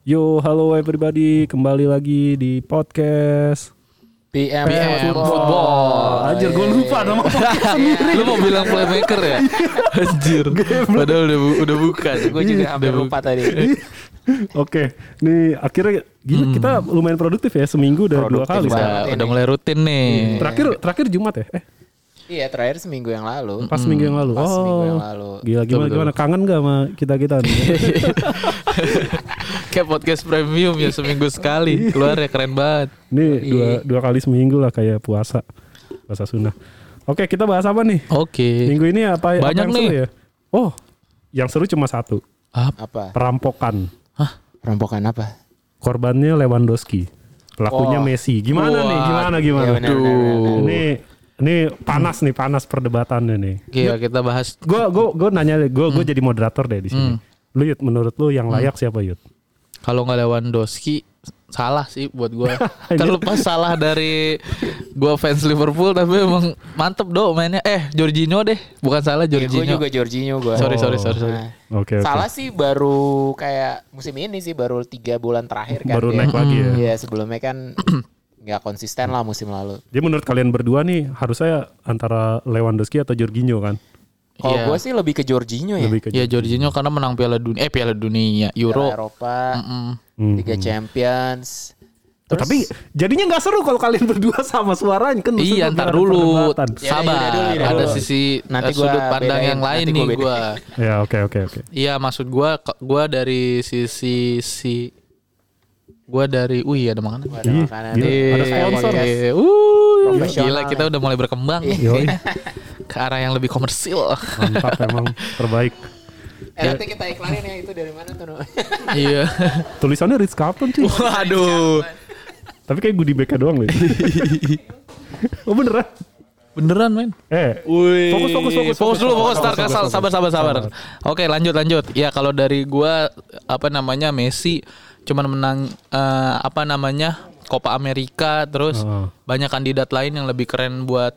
Yo, halo everybody, kembali lagi di podcast PM Football. Anjir, gue lupa nama podcast sendiri. Lu mau bilang playmaker ya? Anjir. Padahal udah bukan. Gue juga hampir lupa tadi. Oke, nih akhirnya gila, kita lumayan produktif ya, seminggu udah dua kali. Udah mulai rutin nih. Terakhir Jumat ya? Iya, terakhir seminggu yang lalu. Pas minggu yang lalu. Seminggu yang lalu. Gila, gimana? Kangen gak sama kita nih? Kayak podcast premium ya, seminggu sekali. Keluar ya, keren banget. Nih dua kali seminggu lah, kayak puasa sunnah. Oke, kita bahas apa nih? Oke. Minggu ini apa Banyak yang nih. seru ya? Oh, yang seru cuma satu. Apa? Perampokan. Perampokan apa? Korbannya Lewandowski, pelakunya Oh. Messi. Gimana nih? Gimana? Iya, benar. Ini panas perdebatannya nih. Gila, kita bahas. Gue nanya, gue jadi moderator deh di sini. Lu Yud, menurut lu yang layak siapa Yud? Kalau nggak Lewandowski, salah sih buat gue. Terlepas salah dari gue fans Liverpool, tapi emang mantep mainnya. Jorginho deh, bukan salah Gue Jorginho. juga Jorginho gue. Sorry. Nah, Oke. salah sih baru kayak musim ini sih, baru 3 bulan terakhir kan. Baru dia. naik lagi ya. Iya, sebelumnya kan nggak konsisten lah musim lalu. Jadi menurut kalian berdua nih harusnya antara Lewandowski atau Jorginho kan? Kalau Iya. gue sih lebih ke Jorginho ya. Lebih ke Ya Jorginho karena menang Piala Dunia, Piala Euro. Eropa, Hmm. Liga Champions. Tapi jadinya nggak seru kalau kalian berdua sama suaranya kan. maksud Iya, gua ntar nggak ada dulu. perdebatan. Ya, Sabar. yaudah dulu. Ada sisi Nanti gua sudut pandang bedain, yang lain nanti nih gua gua. Ya oke. Iya, maksud gua dari sisi gua dari ada makanan. Ada Ih, makanan. gila, ada Kayak sponsor. podcast. Gila, Profesional kita udah mulai berkembang Yoi, ke arah yang lebih komersil. mantap emang terbaik. Nanti kita iklanin ya, itu dari mana tuh? Iya. Tulisannya Ritz Carlton cuy. Waduh. Tapi kayak goodie bag doang deh. Oh beneran? Beneran, men. Fokus dulu. Sabar. Oke, lanjut. Ya kalau dari gua Messi cuman menang Copa America, terus banyak kandidat lain yang lebih keren buat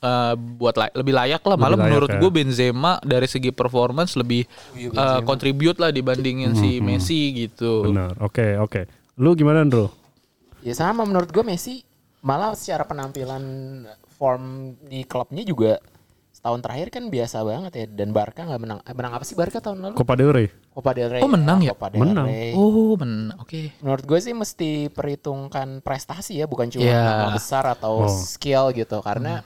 lebih layak lah. Malah Lebih layak, menurut ya. gue Benzema dari segi performance lebih contribute lah dibandingin si Messi gitu. Benar. Oke. Lu gimana, Bro? Ya sama, menurut gue Messi malah secara penampilan form di klubnya juga setahun terakhir kan biasa banget ya. Dan Barca nggak menang apa sih Barca tahun lalu? Copa del Rey. Copa del Rey. Oh, menang ya? Copa del Menang. Rey. Oh, menang. Oke. Menurut gue sih mesti perhitungkan prestasi ya, bukan cuma Ya. nama besar atau Oh. skill gitu. Karena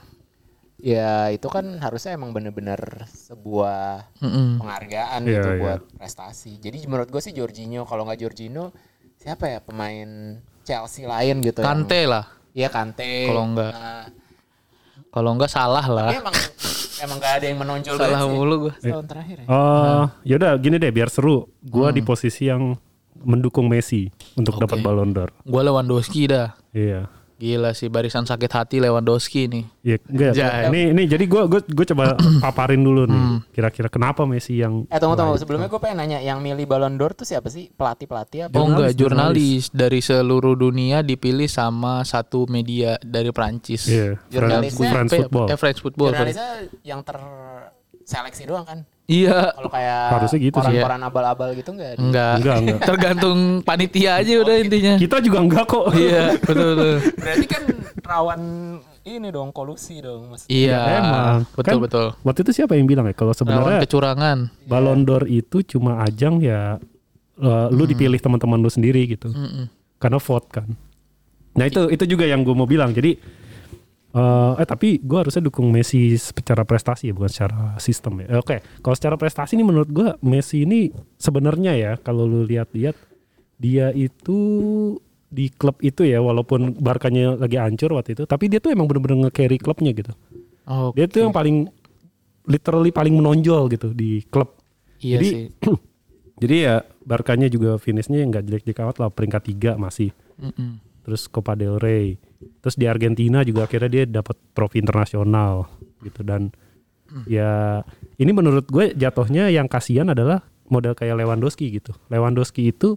ya itu kan harusnya emang bener-bener sebuah penghargaan Iya, gitu iya. buat prestasi. Jadi menurut gue sih Jorginho, kalau nggak Jorginho siapa ya pemain Chelsea lain gitu. Kante lah. Iya, Kante. Kalau nggak- Nah, Kalau enggak salah lah. tapi emang gak ada yang menonjol Salah banget sih mulu gue. setahun terakhir ya. Yaudah gini deh biar seru. Gua di posisi yang mendukung Messi untuk dapat Ballon d'Or. Gue Lewandowski dah. Iya. Gila sih, barisan sakit hati Lewandowski nih. Iya, enggak. Jai. Ini jadi gue coba paparin dulu nih. Kira-kira kenapa Messi yang Tunggu. Sebelumnya gue pengen nanya, yang milih Ballon d'Or tuh siapa sih? Pelatih apa? Oh enggak, jurnalis dari seluruh dunia dipilih sama satu media dari Prancis. Iya, Jurnalisnya- France Football. France Football. Jurnalisnya yang terseleksi doang kan? Iya. Kalau kayak Harusnya gitu sih. koran-koran abal-abal gitu enggak ada. Enggak. Enggak. Tergantung panitia aja udah intinya. Kita juga enggak kok. Iya, betul. Berarti kan rawan ini dong, kolusi dong Mas. Iya, Emang. betul. Waktu itu siapa yang bilang ya kalau Rawan sebenarnya kecurangan. Ballon d'Or itu cuma ajang ya lu dipilih teman-teman lu sendiri gitu. Karena vote kan. Nah itu juga yang gue mau bilang. Jadi tapi gue harusnya dukung Messi secara prestasi ya, bukan secara sistem ya. Oke, kalau secara prestasi nih menurut gue Messi ini sebenarnya ya kalau lu lihat-lihat dia itu di klub itu ya, walaupun Barkanya lagi hancur waktu itu, tapi dia tuh emang bener-bener nge-carry klubnya gitu. Oh, Dia tuh yang paling literally paling menonjol gitu di klub. iya Jadi sih. jadi ya Barkanya juga finishnya nggak jelek-jelek amat lah, peringkat 3 masih. Terus Copa del Rey. Terus di Argentina juga akhirnya dia dapat trofi internasional gitu. Dan ya ini menurut gue jatuhnya yang kasihan adalah model kayak Lewandowski gitu. Lewandowski itu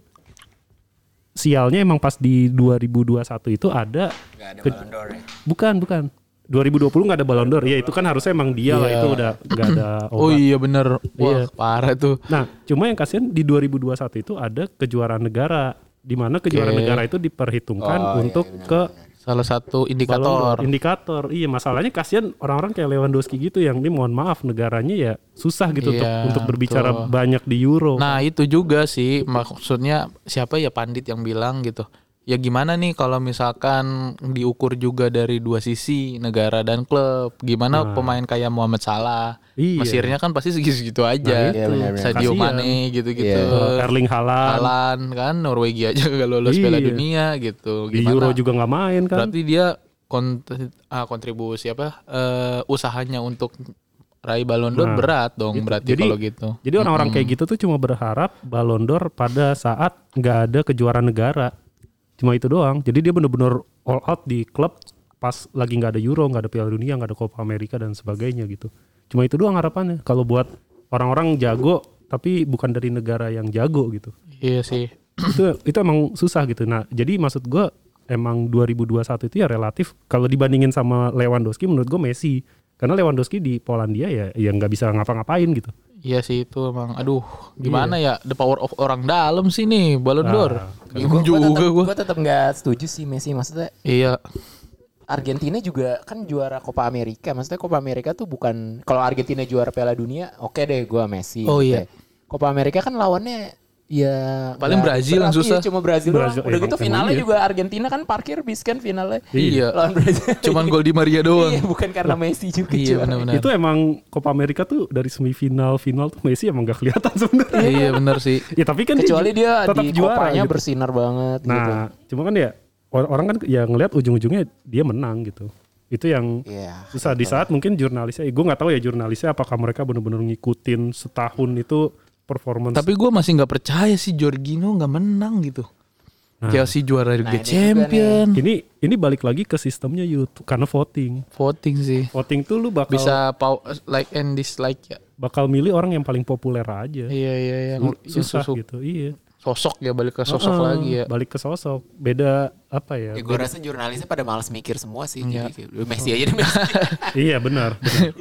sialnya emang pas di 2021 itu ada Enggak ada Ballon d'Or ya. bukan 2020 nggak ada Ballon d'Or ya, itu kan harusnya emang dia lah, itu udah nggak ada obat. Oh iya bener. Wah, Iya. parah tuh. Nah cuma yang kasihan di 2021 itu ada kejuaraan negara di mana kejuaraan negara itu diperhitungkan untuk ke salah satu indikator. Iya, masalahnya kasihan orang-orang kayak Lewandowski gitu yang ini mohon maaf negaranya ya susah gitu untuk berbicara banyak di Euro. Nah, itu juga sih maksudnya siapa ya pandit yang bilang gitu. Ya gimana nih kalau misalkan diukur juga dari dua sisi negara dan klub. Gimana pemain kayak Mohamed Salah. Mesirnya kan pasti segitu-segitu aja. Sadio Mane gitu-gitu. Erling Haaland kan Norwegia aja gak lolos Piala Dunia gitu. Gimana? Di Euro juga gak main kan. Berarti dia kontribusi usahanya untuk raih Ballon d'Or berat dong gitu. Berarti kalau gitu. Jadi orang-orang kayak gitu tuh cuma berharap Ballon d'Or pada saat gak ada kejuaraan negara. Cuma itu doang. Jadi dia benar-benar all out di klub pas lagi nggak ada Euro, nggak ada Piala Dunia, nggak ada Copa America dan sebagainya gitu. Cuma itu doang harapannya. Kalau buat orang-orang jago tapi bukan dari negara yang jago gitu. Iya sih. itu emang susah gitu. Nah, jadi maksud gue emang 2021 itu ya relatif kalau dibandingin sama Lewandowski menurut gue Messi. Karena Lewandowski di Polandia ya nggak bisa ngapa-ngapain gitu. Iya sih itu emang aduh gimana ya the power of orang dalam sih nih Ballon d'Or. Gue tetap nggak setuju sih Messi, maksudnya. Iya. Argentina juga kan juara Copa America, maksudnya Copa America tuh bukan kalau Argentina juara Piala Dunia, oke deh gue Messi. Oh iya. Copa America kan lawannya ya paling Brazil yang susah. Iya, cuma Brazil doang. Udah gitu finalnya juga Argentina kan parkir bis kan finalnya. Iya. Lawan Brazil. Cuman gol Di Maria doang. Iya, bukan karena Messi juga. Iya benar-benar. Itu emang Copa America tuh dari semifinal final tuh Messi emang gak kelihatan sebenarnya. Iya benar sih. Ya tapi kan kecuali dia tetap di juara Copanya gitu. bersinar banget nah, gitu. Cuma kan ya orang kan ya ngelihat ujung-ujungnya dia menang gitu. Itu yang susah di saat mungkin jurnalisnya, gue nggak tahu ya jurnalisnya apakah mereka benar-benar ngikutin setahun itu performance. Tapi gue masih nggak percaya sih Jorginho nggak menang gitu. Chelsea juara Liga Champion. Ini balik lagi ke sistemnya YouTube karena voting. Voting sih. Voting tuh lu bakal bisa like and dislike ya. Bakal milih orang yang paling populer aja. Iya. Susah gitu. Iya. Sosok ya balik ke sosok lagi ya. Balik ke sosok. Beda apa ya? Gue rasa jurnalisnya pada malas mikir semua sih. Jadi Messi aja deh Messi. Iya benar.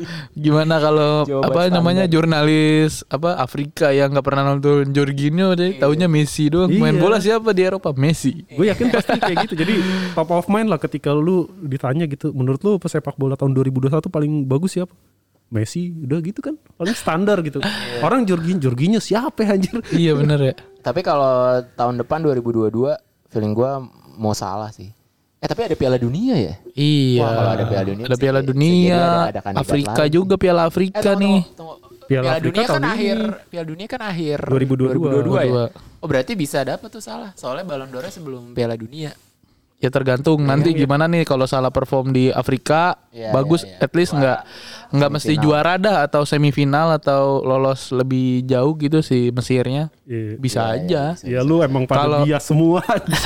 Gimana kalau namanya jurnalis Afrika yang nggak pernah nonton Jorginho deh, taunya Messi doang. Main bola siapa di Eropa? Messi. Gue yakin pasti kayak gitu. Jadi top of mind lah ketika lu ditanya gitu. Menurut lu pesepak bola tahun 2021 paling bagus siapa? Messi, udah gitu kan paling standar gitu. Orang Jorginho siapa anjir? Iya benar ya. Tapi kalau tahun depan 2022 feeling gue mau salah sih. Tapi ada Piala Dunia ya? Iya. Wah, kalau ada Piala Dunia. Ada Piala Dunia. Ada Afrika lagi. Juga Piala Afrika nih. Piala Dunia kan Piala Dunia kan akhir 2022 ya. Oh berarti bisa dapat tuh salah. Soalnya Ballon d'Or sebelum Piala Dunia. Ya tergantung nanti gimana nih kalau salah perform di Afrika bagus at least nggak mesti juara dah atau semifinal atau lolos lebih jauh gitu sih Mesirnya bisa aja. Ya lu emang pada bias semua.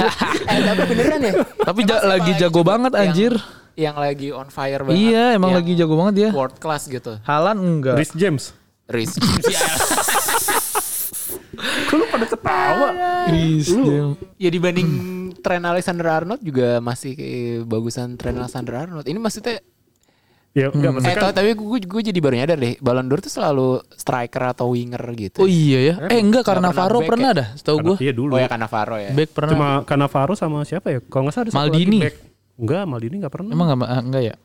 Tapi beneran ya. Tapi lagi jago banget anjir. Yang lagi on fire banget. Iya emang lagi jago banget ya. World class gitu. Haaland enggak. Reece James. Kok lu pada ketawa? Ya dibanding Trent Alexander-Arnold juga masih bagusan Trent Alexander-Arnold. Ini maksudnya ya enggak maksudnya tapi gue jadi baru nyadar deh Ballon d'Or tuh selalu striker atau winger gitu. Oh iya ya. Enggak Cannavaro pernah dah setahu gue. Iya dulu. Oh ya Cannavaro ya. Back pernah. Cuma Cannavaro sama siapa ya? Kalau enggak salah ada Maldini. Satu lagi back. Enggak, Maldini enggak pernah. Emang enggak ya?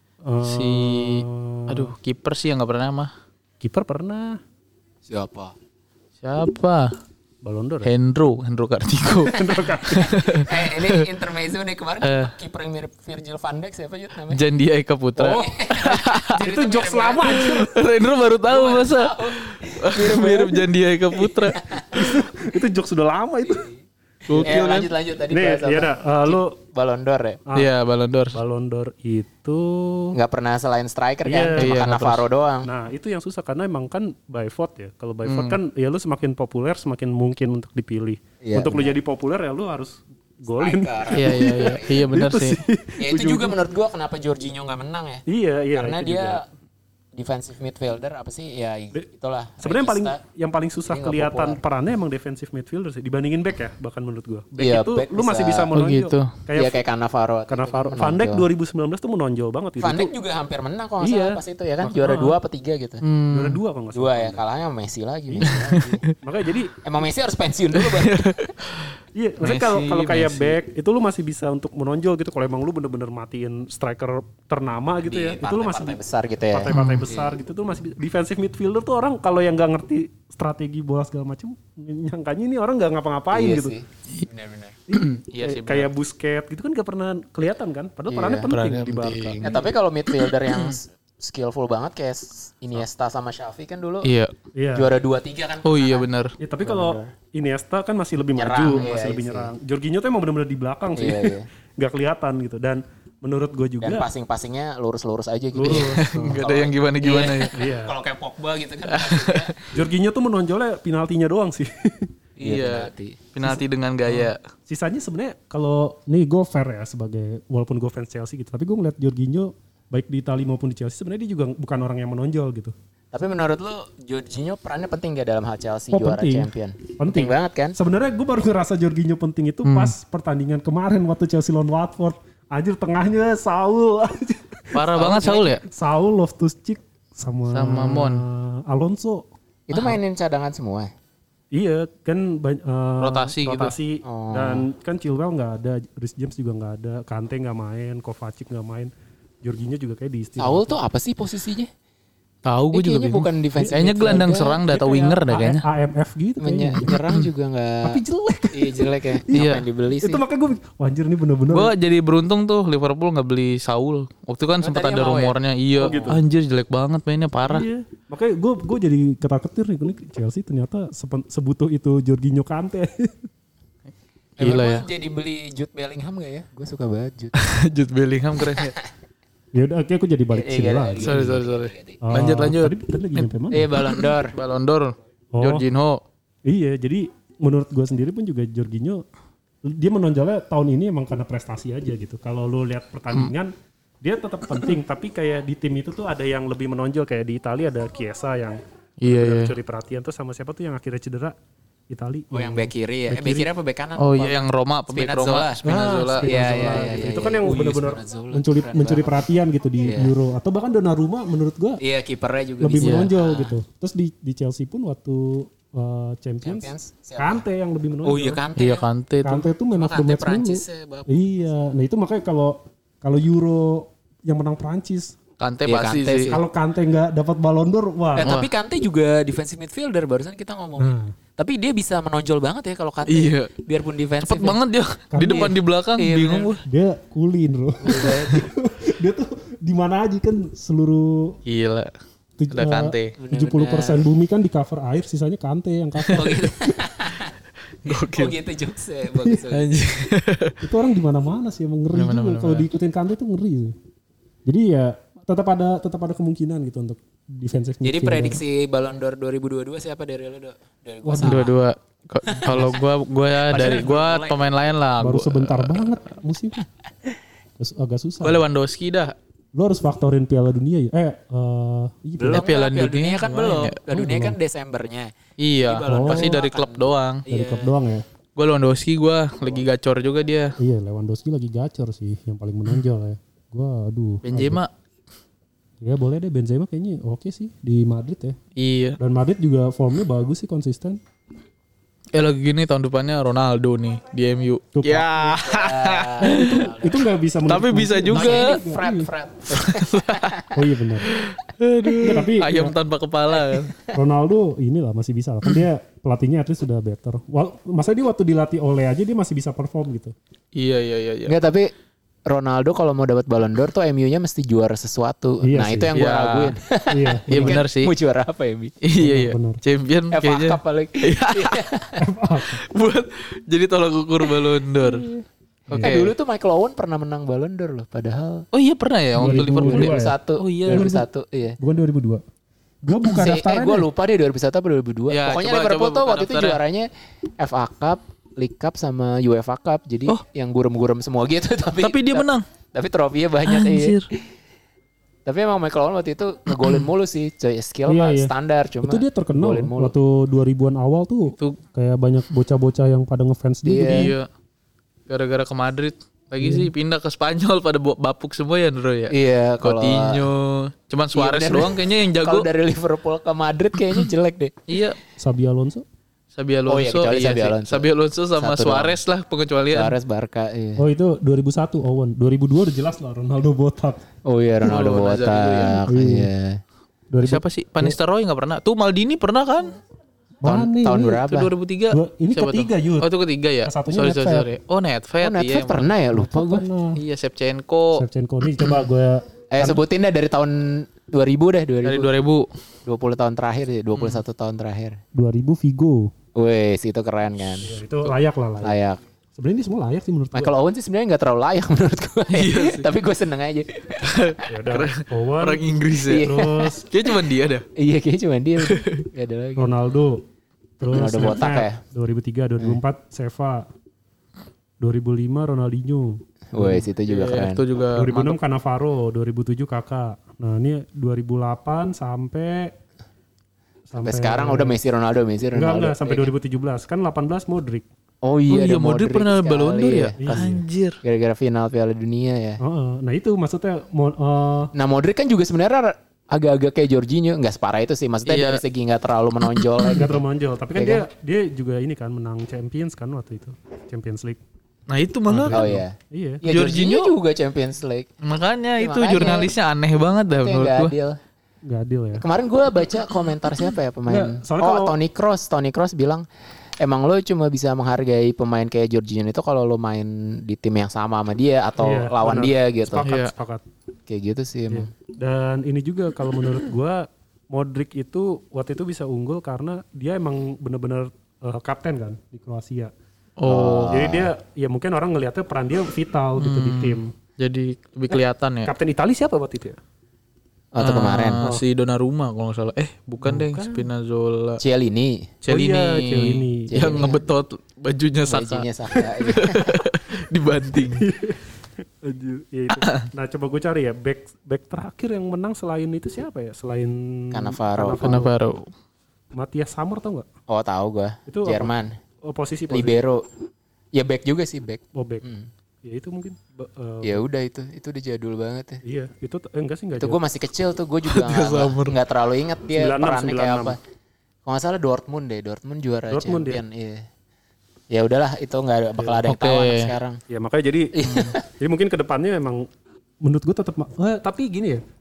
Kiper sih yang enggak pernah mah. Kiper pernah. Siapa? Ballon d'Or. Hendro Kartiko. Ini intermezzo nih kemarin kiper yang mirip Virgil van Dijk siapa Yud namanya? Jandia Eka Putra. Itu jokes lama anjir. Hendro baru tahu masa. Mirip Jandia Eka Putra. Itu jokes sudah lama itu. Lanjut tadi bahas apa? Lu Ballon d'Or ya? Iya, Ballon d'Or. Ballon d'Or itu nggak pernah selain striker kan, cuma Cannavaro doang. Nah, itu yang susah karena emang kan by vote ya. Kalau by vote kan ya lu semakin populer semakin mungkin untuk dipilih. Untuk lu jadi populer ya lu harus golin. Iya benar sih. Ya itu juga menurut gua kenapa Jorginho nggak menang ya? Iya. Karena dia defensive midfielder apa sih ya itulah. Sebenarnya yang paling susah kelihatan perannya emang defensive midfielder sih dibandingin back ya bahkan menurut gua. Back itu lu masih bisa menonjol. Gitu. Kayak Cannavaro. Van Dijk 2019 tuh menonjol banget gitu. Van Dijk juga hampir menang kalau nggak salah pas itu ya kan juara 2 apa 3 gitu. Juara 2 kalau nggak salah. 2 ya kalahnya Messi lagi. Makanya jadi emang Messi harus pensiun dulu Bang. Iya, maksudnya kalau kayak back itu lu masih bisa untuk menonjol gitu. Kalau emang lu bener-bener matiin striker ternama gitu ya, itu lu masih partai besar gitu ya. partai-partai besar gitu tuh masih defensive midfielder tuh orang kalau yang nggak ngerti strategi bola segala macam nyangkanya ini orang nggak ngapa-ngapain Iya gitu. sih. Benar-benar. Iya sih. Kayak Busquets gitu kan gak pernah kelihatan kan, padahal perannya penting perannya di Barca. penting. Tapi kalau midfielder yang skillful banget kayak Iniesta sama Xavi kan dulu Iya. Iya. juara 2-3 kan. Oh iya benar. Ya, tapi kalau Iniesta kan masih lebih Nyerang, maju, iya, masih lebih iya. nyerang. Jorginho tuh emang benar-benar di belakang sih, Iya, iya. nggak kelihatan gitu. Dan menurut gue juga, Dan passing-passingnya lurus-lurus aja gitu. Enggak ada yang gimana-gimana ya. iya, Kalau kayak Pogba gitu kan. Jorginho tuh menonjolnya penaltinya doang sih. Iya. penalti. Penalti dengan gaya. Sisanya sebenarnya kalau nih gue fair ya sebagai walaupun gue fans Chelsea gitu, tapi gue ngeliat Jorginho baik di Italia maupun di Chelsea sebenarnya dia juga bukan orang yang menonjol gitu. Tapi menurut lu Jorginho perannya penting gak dalam hal Chelsea Oh, juara penting. champion? Penting banget kan? Sebenarnya gue baru ngerasa Jorginho penting itu pas pertandingan kemarin waktu Chelsea lawan Watford. Anjir tengahnya Saul, Parah banget Saul ya. Saul, Loftus-Cheek sama Mon. Alonso. Itu mainin cadangan semua. Iya kan Rotasi gitu. Dan kan Chilwell nggak ada, Reece James juga nggak ada, Kante nggak main, Kovacic nggak main, Jorginho juga kayak diistirahat. Saul tuh apa sih posisinya? Tahu gue juga Kayaknya bingung. bukan defensive Kayaknya gelandang midfielder. serang atau winger dah kayaknya. AMF gitu kayaknya. Menyerang juga nggak. Tapi jelek. Iya jelek ya. Iya. Ngapain dibeli sih? Itu makanya gue anjir nih bener-bener. Gue jadi beruntung tuh Liverpool nggak beli Saul. Waktu kan sempat ada tadinya mau ya? rumornya. Iya. Anjir jelek banget mainnya parah. Iya. Makanya gue jadi ketar-ketir nih, ini Chelsea ternyata sebutuh itu Jorginho Kante. Gila ya. Jadi beli Jude Bellingham gak ya? Gue suka banget Jude. Jude Bellingham keren ya. Ya udah akhirnya aku jadi balik Iya, sini iya, lagi. Sorry. Lanjut. Tadi lagi nyampe mana? Ballon d'Or. Ballon d'Or. Oh. Jorginho. Iya, jadi menurut gue sendiri pun juga Jorginho dia menonjolnya tahun ini emang karena prestasi aja gitu. Kalau lu lihat pertandingan dia tetap penting, tapi kayak di tim itu tuh ada yang lebih menonjol, kayak di Italia ada Chiesa yang Iya. mencuri perhatian tuh, sama siapa tuh yang akhirnya cedera Italia. Oh yang back kiri ya? Back kiri apa back kanan? Oh iya yang Roma, pemain Roma. Spinazzola. Iya. Itu kan yang benar-benar Spinazzola. mencuri perhatian gitu di Euro, atau bahkan Donnarumma menurut gua Iya kipernya juga lebih bisa. menonjol gitu. Terus di Chelsea pun waktu Champions Siapa? Kante yang lebih menonjol. Oh iya Kante. Iya Kante tuh. Kante tuh man of the Kante match Prancis mulu. ya, Bapak. Iya, nah itu makanya kalau Euro yang menang Prancis, Kante Iya, pasti Kante sih. sih. kalau Kante nggak dapat Ballon d'Or, wah. Tapi Kante juga defensive midfielder barusan kita ngomongin. Tapi dia bisa menonjol banget ya kalau Kante. Iya. Biarpun defensive. Cepet banget dia. Di depan di belakang Iya, bingung bener. gue. Dia kulin loh. Dia tuh di mana aja kan seluruh Gila. Ada Kante. 70% bumi kan di cover air, sisanya Kante yang cover. Oh gitu. Gokil. Oh gitu jokesnya. Bagus. Anjir. Itu orang di mana-mana sih, emang ngeri juga kalau diikutin Kante itu ngeri sih. Jadi ya tetap ada kemungkinan gitu untuk defensive Jadi midfielder. prediksi Ballon d'Or 2022 siapa dari lu, Dok? Dari gua Dua-dua. Kalau gua pemain lain lah. Baru Gua- sebentar banget musimnya. Agak susah. Gua Lewandowski dah. Lo harus faktorin Piala Dunia ya. Iya, Belum Piala Piala Dunia Dunia kan gimana belum. ya? Piala Dunia kan Desembernya. Iya, Ballon d'Or pasti dari akan- klub doang. dari klub doang ya. Gua Lewandowski lagi gacor juga dia. Iya, Lewandowski lagi gacor sih, yang paling menonjol ya. Gua aduh. Benzema. Ya boleh deh, Benzema kayaknya oke sih di Madrid ya. Iya. Dan Madrid juga formnya bagus sih, konsisten. Lagi gini tahun depannya Ronaldo nih di MU. Tuh, Ya. Itu nggak bisa Tapi bisa juga. Fred. Oh iya benar. Nggak, tapi Ayam ya, tanpa kepala kan. Ronaldo inilah masih bisa lah. Kan dia pelatihnya at least sudah better. Masa dia waktu dilatih oleh aja dia masih bisa perform gitu. Iya. Enggak, tapi Ronaldo kalau mau dapat Ballon d'Or tuh MU-nya mesti juara sesuatu. Iya Nah, sih. itu yang gue Iya. raguin. Iya. Iya benar sih. Mau juara apa ya, Bi? Iya. Benar. Champion FA kayaknya. Cup paling. Buat jadi tolak ukur Ballon d'Or. Oke. Dulu tuh Michael Owen pernah menang Ballon d'Or loh, padahal Oh iya pernah ya waktu 2002 Liverpool. ya? 2001. Oh iya. 2001, iya. Bukan 2002. Gue buka daftarnya. Gue lupa deh 2001 atau 2002. Ya, Pokoknya coba Liverpool buka tuh waktu itu daftarnya. juaranya FA Cup, League Cup sama UEFA Cup. Jadi yang gurem-gurem semua gitu Tapi dia menang. Tapi trofinya banyak Anjir. Tapi emang Michael Owen waktu itu ngegolin mulu sih. Coy, skill Iya, mah iya. standar cuma. Itu dia terkenal golin mulu. waktu 2000-an awal tuh. Tuh. Kayak banyak bocah-bocah yang pada ngefans dia. Iya. Iya. Gara-gara ke Madrid. Lagi sih pindah ke Spanyol pada bapuk semua ya Nro ya. Iya, kalau Coutinho. Cuman Suarez bener. doang kayaknya yang kalau jago. dari Liverpool ke Madrid kayaknya jelek deh. Iya. Xabi Alonso. Xabi Alonso. Oh iya, kecuali Xabi Alonso. Xabi Alonso sama Satu Suarez lah pengecualian. Suarez Barca. Iya. Oh itu 2001 Owen. 2002 udah jelas lah Ronaldo botak. Oh iya Ronaldo Oh, botak. Iya. 2000 Siapa sih? Van Nistelrooy enggak pernah. Tuh Maldini pernah kan? Tahun Itu berapa? 2003. Ini Siapa ketiga, tuh? Yud. Oh itu ketiga ya? Satunya Sorry. Nedved. Oh Nedved. Oh Netflix iya, pernah ya, lupa gue. Iya Shevchenko. Shevchenko nih coba gue Sebutin deh dari tahun 2000 deh, 2000. Dari 2000. 20 tahun terakhir ya, 21 tahun terakhir. 2000 Vigo. Wih, itu keren kan. Ya, itu layak lah layak. Layak. Sebenarnya ini semua layak sih menurut gue. Michael Owen sih sebenarnya nggak terlalu layak menurut gue. Tapi gue seneng aja. Ya udah. Owen, Orang Inggris ya. terus Kayaknya cuma dia dah. Iya kayaknya cuma dia. Gak ada lagi. Ronaldo. Terus Ronaldo botak ya. 2003, 2004 Seva. 2005 Ronaldinho. Wih, itu juga keren. Itu juga 2006 Cannavaro, 2007 Kakak. Nah, ini 2008 sampai Sekarang udah Messi Ronaldo. Enggak, sampai 2017. Kan 18 Modric. Oh iya, ada Modric pernah sekali Ballon d'Or ya? Iya. Anjir. Gara-gara final Piala Dunia ya. Nah, itu maksudnya Nah Modric kan juga sebenarnya agak-agak kayak Jorginho, nggak separah itu sih. Maksudnya Iya. dari segi nggak terlalu menonjol. enggak terlalu menonjol, tapi kan Iya dia juga ini kan menang Champions kan waktu itu. Champions League. Nah itu malah. Oh iya. Iya. Ya Jorginho juga Champions League. Makanya itu makanya. jurnalisnya aneh banget dah Itu yang menurut nggak gua. adil. Nggak adil ya. Kemarin gue baca komentar siapa ya pemain. Nggak, soalnya kalau- Toni Kroos bilang emang lo cuma bisa menghargai pemain kayak Jorginho itu kalau lo main di tim yang sama dia atau Iya, lawan benar. dia gitu. Sepakat. Kayak gitu sih emang. Dan ini juga kalau menurut gua Modric itu waktu itu bisa unggul karena dia emang benar-benar kapten kan di Kroasia. Oh. Jadi dia ya mungkin orang ngelihatnya peran dia vital gitu di tim. Jadi lebih kelihatan ya. Kapten Italia siapa waktu itu ya? Atau kemarin Si Donnarumma kalau nggak salah. Bukan deh, Spinazzola. Cellini. Cellini. Oh iya, Cellini. Yang ngebetot bajunya Saka. Bajunya Saka. Dibanting. Aduh, ya itu. Nah coba gue cari ya back terakhir yang menang selain itu siapa ya? Selain Cannavaro. Matthias Sammer tau nggak? Oh tahu gue. Itu apa? Jerman. Oh posisi. Libero. Ya back juga sih back. Oh back. Ya itu mungkin. Ya udah itu udah jadul banget ya. Iya itu enggak sih enggak. Itu gue masih kecil tuh, gue juga nggak terlalu inget dia 96, perannya kayak 96. apa. Kalau nggak salah Dortmund juara Dortmund champion. Iya. Ya udahlah itu nggak bakal ada yang tahu Oke. anak sekarang. Ya makanya jadi jadi mungkin kedepannya memang menurut gue tetap tapi gini ya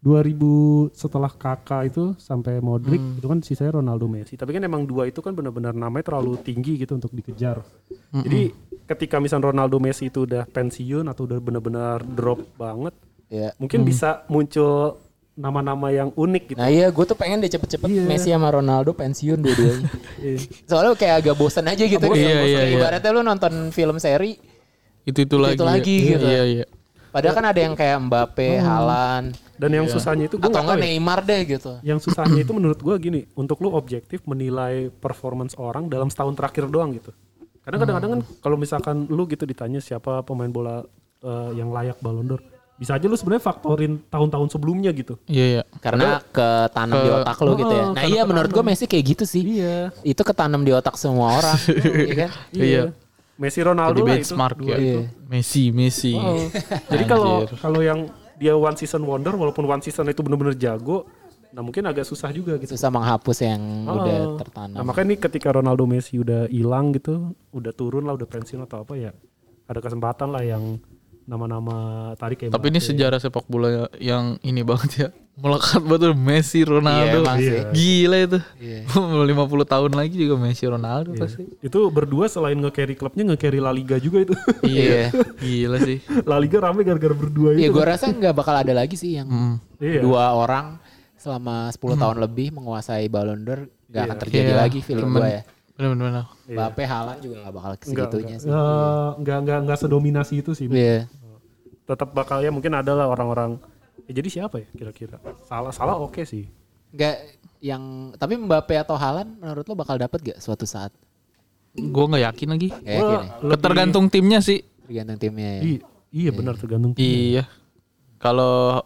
2000 setelah Kakak itu sampai Modric itu kan sisanya Ronaldo Messi tapi kan emang dua itu kan benar-benar namanya terlalu tinggi gitu untuk dikejar. Jadi ketika misalnya Ronaldo Messi itu udah pensiun atau udah benar-benar drop banget Ya. mungkin bisa muncul nama-nama yang unik gitu. Nah iya gue tuh pengen deh cepet-cepet Iya. Messi sama Ronaldo pensiun dua-duanya. Iya. Soalnya kayak agak bosan aja gitu. Bosan, Kayak iya, iya. Ibaratnya lu nonton film seri Itu lagi gitu. Iya. padahal kan ada yang kayak Mbappe, Haaland Dan yang susahnya itu gue atau nggak tahu enggak ya. Neymar deh gitu. Yang susahnya itu menurut gue gini, untuk lu objektif menilai performance orang dalam setahun terakhir doang gitu. Karena kadang-kadang kan kalau misalkan lu gitu ditanya siapa pemain bola yang layak Ballon d'Or, bisa aja lu sebenarnya faktorin tahun-tahun sebelumnya gitu. Iya. Karena ketanam di otak lu gitu ya. Nah iya menurut gue Messi kayak gitu sih. Iya. Itu ketanam di otak semua orang. Iya kan? Iya. Messi Ronaldo Jadi lah itu. benchmark dua ya. itu. Messi. Oh. Jadi kalau yang dia one season wonder walaupun one season itu benar-benar jago, nah mungkin agak susah juga gitu. Susah menghapus yang udah Nah tertanam. makanya nih ketika Ronaldo Messi udah hilang gitu, udah turun lah, udah pensiun atau apa ya, ada kesempatan lah yang nama-nama tarik kayak Tapi ini Mbappe. sejarah sepak bola yang ini banget ya. Melekat betul Messi, Ronaldo. Iya, emang sih. Gila itu. Iya. 50 tahun lagi juga Messi, Ronaldo Iya. pasti. Itu berdua selain nge-carry klubnya nge-carry La Liga juga itu. Iya. Gila sih. La Liga rame gara-gara berdua Iya itu. gue rasa nggak bakal ada lagi sih yang Iya. dua orang selama 10 tahun lebih menguasai Ballon d'Or nggak akan terjadi Iya. lagi feeling gue ya. Benar-benar. Mbappe, Haaland juga nggak bakal segitunya sih. Enggak sedominasi itu sih. Iya. Tetap bakal ya mungkin ada lah orang-orang. Jadi siapa ya kira-kira? Salah oke sih. Nggak yang tapi Mbappe atau Haaland menurut lo bakal dapet gak suatu saat? Gue nggak yakin lagi. Nggak yakin ya? Tergantung timnya sih. Tergantung timnya ya. Iya benar tergantung. Iya. Kalau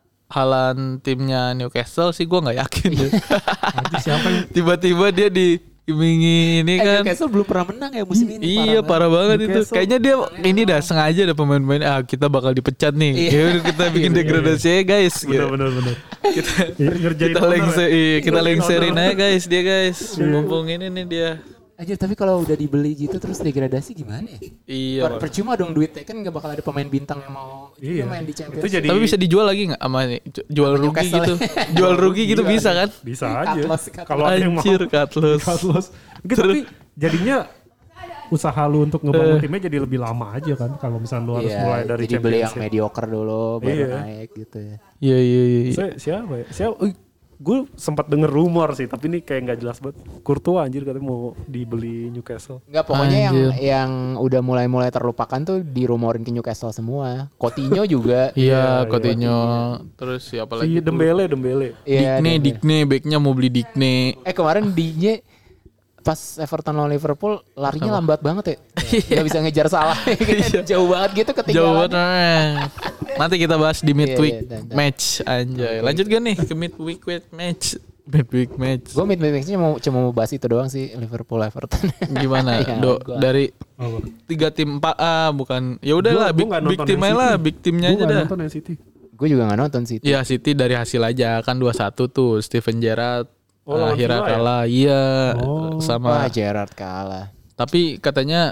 Haaland timnya Newcastle sih gue nggak yakin deh. Nanti siapa yang Tiba-tiba dia diiming ini kan. Newcastle belum pernah menang ya musim ini. Iya parah banget itu. Newcastle. Kayaknya dia ini dah sengaja ada pemain-pemain kita bakal dipecat nih. Iya. Ya, kita bikin degradasi aja guys. Gitu. benar. Kita Ngerjain kita owner lengse, ya. kita lengserin aja guys dia guys. Mumpung ini nih dia Aja tapi kalau udah dibeli gitu terus degradasi gimana ya? Iya. Percuma dong duitnya kan nggak bakal ada pemain bintang yang mau juga main di Champions. Itu jadi Tapi bisa dijual lagi nggak sama jual rugi Newcastle. gitu? Jual rugi gitu bisa kan? bisa aja. Cut Kalau ada yang mau Anjir, cut loss. Gitu, tapi jadinya usaha lu untuk ngebangun timnya jadi lebih lama aja kan kalau misalnya lu harus mulai dari jadi beli yang Championship. mediocre dulu baru Iya. naik gitu ya. Iya. Siapa ya? Gue sempat denger rumor sih, tapi ini kayak nggak jelas banget. Courtois anjir katanya mau dibeli Newcastle. Enggak, pokoknya Anjir. yang udah mulai terlupakan tuh dirumorin ke Newcastle semua. Coutinho juga. Iya, Coutinho. Terus siapa lagi? Si Dembele. Iya, Digne, backnya mau beli Digne. kemarin Digne pas Everton lawan Liverpool larinya lambat banget ya. Gak bisa ngejar salah. Jauh banget gitu Jauh ketinggalan. banget. Nanti kita bahas di midweek Iya, dan. match anjay. Lanjut gak nih ke midweek match? Midweek match. Gue mid-match-nya cuma mau bahas itu doang sih, Liverpool Everton. Gimana? Ya, gua. Dari Apa? 3 tim 4A bukan. Ya udahlah Gua nggak big nonton team yang aja lah, City. big timnya Gue aja nggak dah. nonton yang City. Gue juga gak nonton sih. Ya City dari hasil aja kan 2-1 tuh Steven Gerrard lawan akhirnya Villa ya? kalah. Iya Oh. sama. Wah, Gerrard kalah. Tapi katanya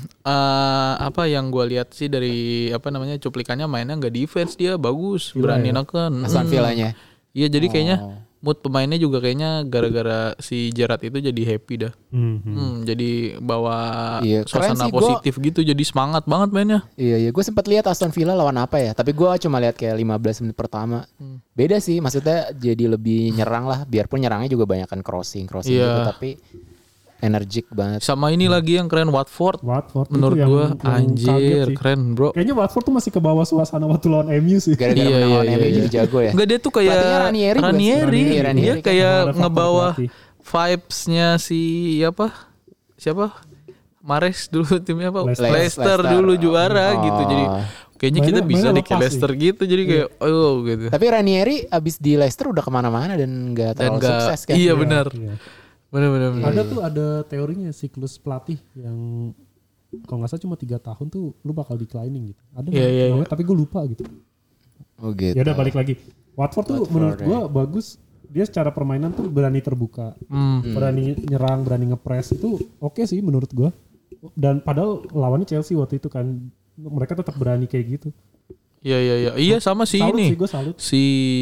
apa yang gue lihat sih dari apa namanya cuplikannya mainnya nggak defense dia bagus berani neken. Aston Villanya. Iya jadi kayaknya Oh. mood pemainnya juga kayaknya gara-gara si Gerrard itu jadi happy dah. Jadi bawa Iya, keren suasana sih, gua- positif gitu jadi semangat banget mainnya. Iya, gue sempat lihat Aston Villa lawan apa ya. Tapi gue cuma lihat kayak 15 menit pertama. Beda sih, maksudnya jadi lebih nyerang lah. Biarpun nyerangnya juga banyakan crossing Iya. gitu. Tapi energik banget. Sama ini lagi yang keren Watford. Watford Menurut itu yang gua kaget anjir sih. keren bro. Kayaknya Watford tuh masih ke bawah suasana waktu lawan MU sih. Gara-gara Iya, menang lawan iya, MU iya. jadi jago ya. Enggak dia tuh kayak Pelatihnya Ranieri bukan sih? Ranieri. Ranieri Dia kan. kayak Ada faktor ngebawa pelatih. vibes-nya si siapa? Mahrez dulu timnya apa? Leicester. Leicester dulu juara gitu. Jadi kayaknya kita Mainnya- bisa mainnya di lepas Leicester gitu. Jadi kayak oh gitu. Tapi Ranieri abis di Leicester udah kemana-mana dan gak Dan terlalu enggak sukses kan. iya benar. Iya. Benar. Ada teorinya siklus pelatih yang kalau nggak salah cuma 3 tahun tuh lu bakal declining gitu. Ada Iya, iya, namanya, tapi gue lupa gitu. Oh gitu. Ya udah balik lagi. Watford tuh menurut gue bagus. Dia secara permainan tuh berani terbuka, berani nyerang, berani ngepres itu oke sih menurut gue. Dan padahal lawannya Chelsea waktu itu kan mereka tetap berani kayak gitu. Iya. Iya sama si Salut ini. sih, gue salut. Si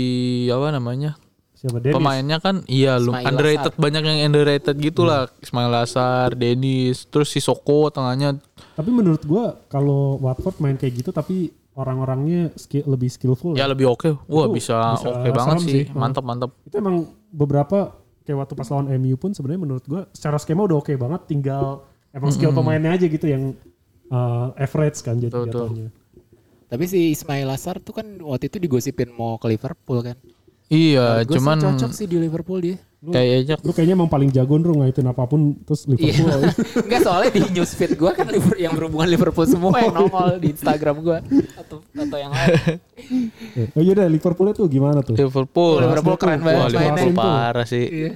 apa namanya? Siapa Dennis? Pemainnya kan iya Ismail underrated Assar. banyak yang underrated gitu lah. Ismail Assar, Dennis, terus si Soko tengahnya. Tapi menurut gue kalau Watford main kayak gitu tapi orang-orangnya lebih skillful. Ya lebih oke. Wah, Itu bisa bisa oke banget serem sih. sih. Mantap. Itu emang beberapa kayak waktu pas lawan MU pun sebenarnya menurut gue secara skema udah oke banget, tinggal emang skill pemainnya aja gitu yang average kan jadi Betul. jatuhnya. Tapi si Ismail Assar tuh kan waktu itu digosipin mau ke Liverpool kan. Iya, Gue cuman sih cocok sih di Liverpool dia. kayaknya Lu kayaknya emang paling jago Ru ngaitin apapun terus Liverpool. Enggak, soalnya di newsfeed gue kan yang berhubungan Liverpool semua yang nongol di Instagram gue atau yang lain. Oh iya dah, Liverpool itu gimana tuh? Liverpool keren banget Wah, Liverpool mainnya. parah sih. Iya.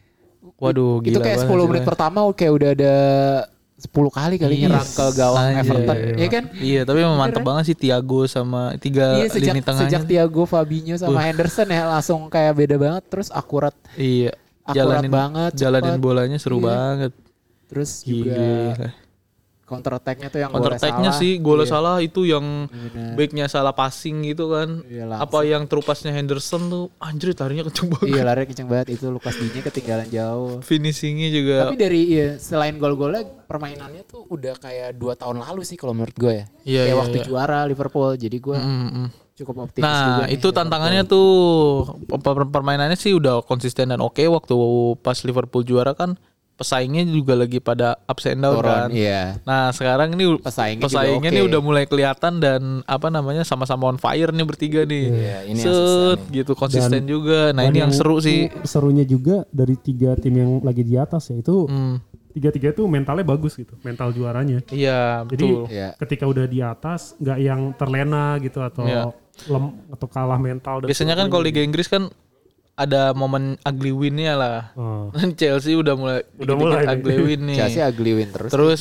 Waduh, gila Itu kayak banget 10 sih, menit Bang. pertama kayak udah ada 10 kali nyerang ke gawang Anjir. Everton. Iya kan? Iya, tapi memang mantep banget sih Thiago sama tiga Iya, lini tengahnya. sejak Thiago, Fabinho sama Henderson ya langsung kayak beda banget, terus akurat Iya, Akurat banget, jalanin cepet. bolanya seru Iya. banget. terus juga Gila. counter attack-nya tuh yang Counter golnya attack-nya salah. sih golnya Iya. salah itu yang Bener. backnya salah passing gitu kan. Iya, langsung. Apa yang terupasnya Henderson tuh anjir larinya kenceng banget. Iya, lari kenceng banget itu, Lucas Digne ketinggalan jauh. Finishingnya juga. Tapi dari selain gol-golnya permainannya tuh udah kayak 2 tahun lalu sih kalau menurut gue ya. Iya, kayak iya, waktu iya. juara Liverpool. Jadi gue cukup optimis juga. Nah nih itu tantangannya tuh permainannya sih udah konsisten dan oke. Waktu pas Liverpool juara kan pesaingnya juga lagi pada ups and down turun. kan. Iya. Nah sekarang ini Pesaingnya juga nih oke. udah mulai kelihatan dan apa namanya sama-sama on fire nih bertiga nih. Iya, ini yang susah Set nih. gitu konsisten juga. Nah Dan ini yang seru sih. Serunya juga dari 3 tim yang lagi di atas ya itu tiga-tiga itu mentalnya bagus gitu, mental juaranya. Iya Jadi betul. Iya. ketika udah di atas nggak yang terlena gitu atau Iya. atau kalah mental. dan Biasanya kan kalau Liga Inggris kan ada momen ugly win-nya lah. Oh. Chelsea udah mulai mulai nih. ugly win nih. Chelsea ugly win terus. Terus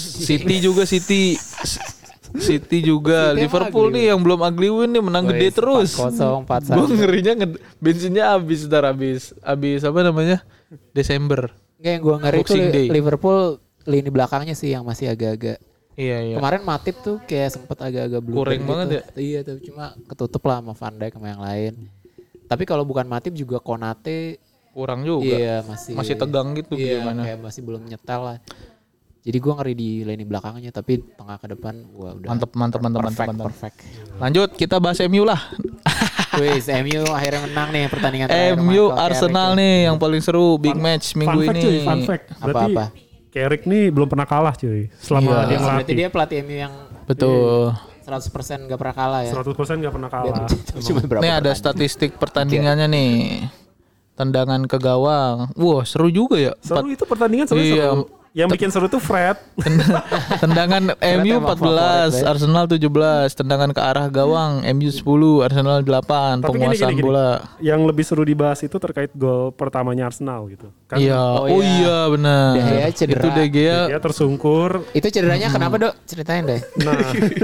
City juga City Liverpool emang nih yang belum ugly win nih menang gede terus. 4-0, 4-1. Gue ngerinya bensinnya habis apa namanya? Desember. Enggak, yang gue ngeri tuh Boxing Day. Liverpool lini belakangnya sih yang masih agak-agak. Iya. Kemarin Matip tuh kayak sempet agak-agak blur Kuring banget ya. Iya tuh cuma ketutup lah sama Van Dijk sama yang lain. Tapi kalau bukan Matip juga Konate Kurang juga. iya Masih tegang gitu iya, gimana. kayak masih belum nyetel lah. Jadi gue ngeri di lini belakangnya tapi tengah ke depan gua udah Mantep. perfect. Lanjut kita bahas MU lah. Wih, MU akhirnya menang nih pertandingan MU Arsenal nih yang paling seru big match minggu fun fact, ini. cuy, fun fact. Berarti Apa-apa? Carrick nih belum pernah kalah cuy selama Iya. dia Berarti ngelatih. dia pelatih MU yang Betul. 100% gak pernah kalah ya. 100% gak pernah kalah. Cuma berapa? Nih ada statistik pertandingannya nih. Tendangan ke gawang. Wah, seru juga ya. Seru itu pertandingan sebenarnya Iya. seru. Yang bikin seru tuh Fred. Tendangan MU emang 14, favorit, Arsenal 17, tendangan ke arah gawang MU 10, Arsenal 8, Tapi penguasaan gini. bola. Yang lebih seru dibahas itu terkait gol pertamanya Arsenal gitu. Kan Iya, Oh, iya. benar. De Gea cedera. Itu De Gea. dia tersungkur. Itu cederanya kenapa Dok? Ceritain deh. Nah,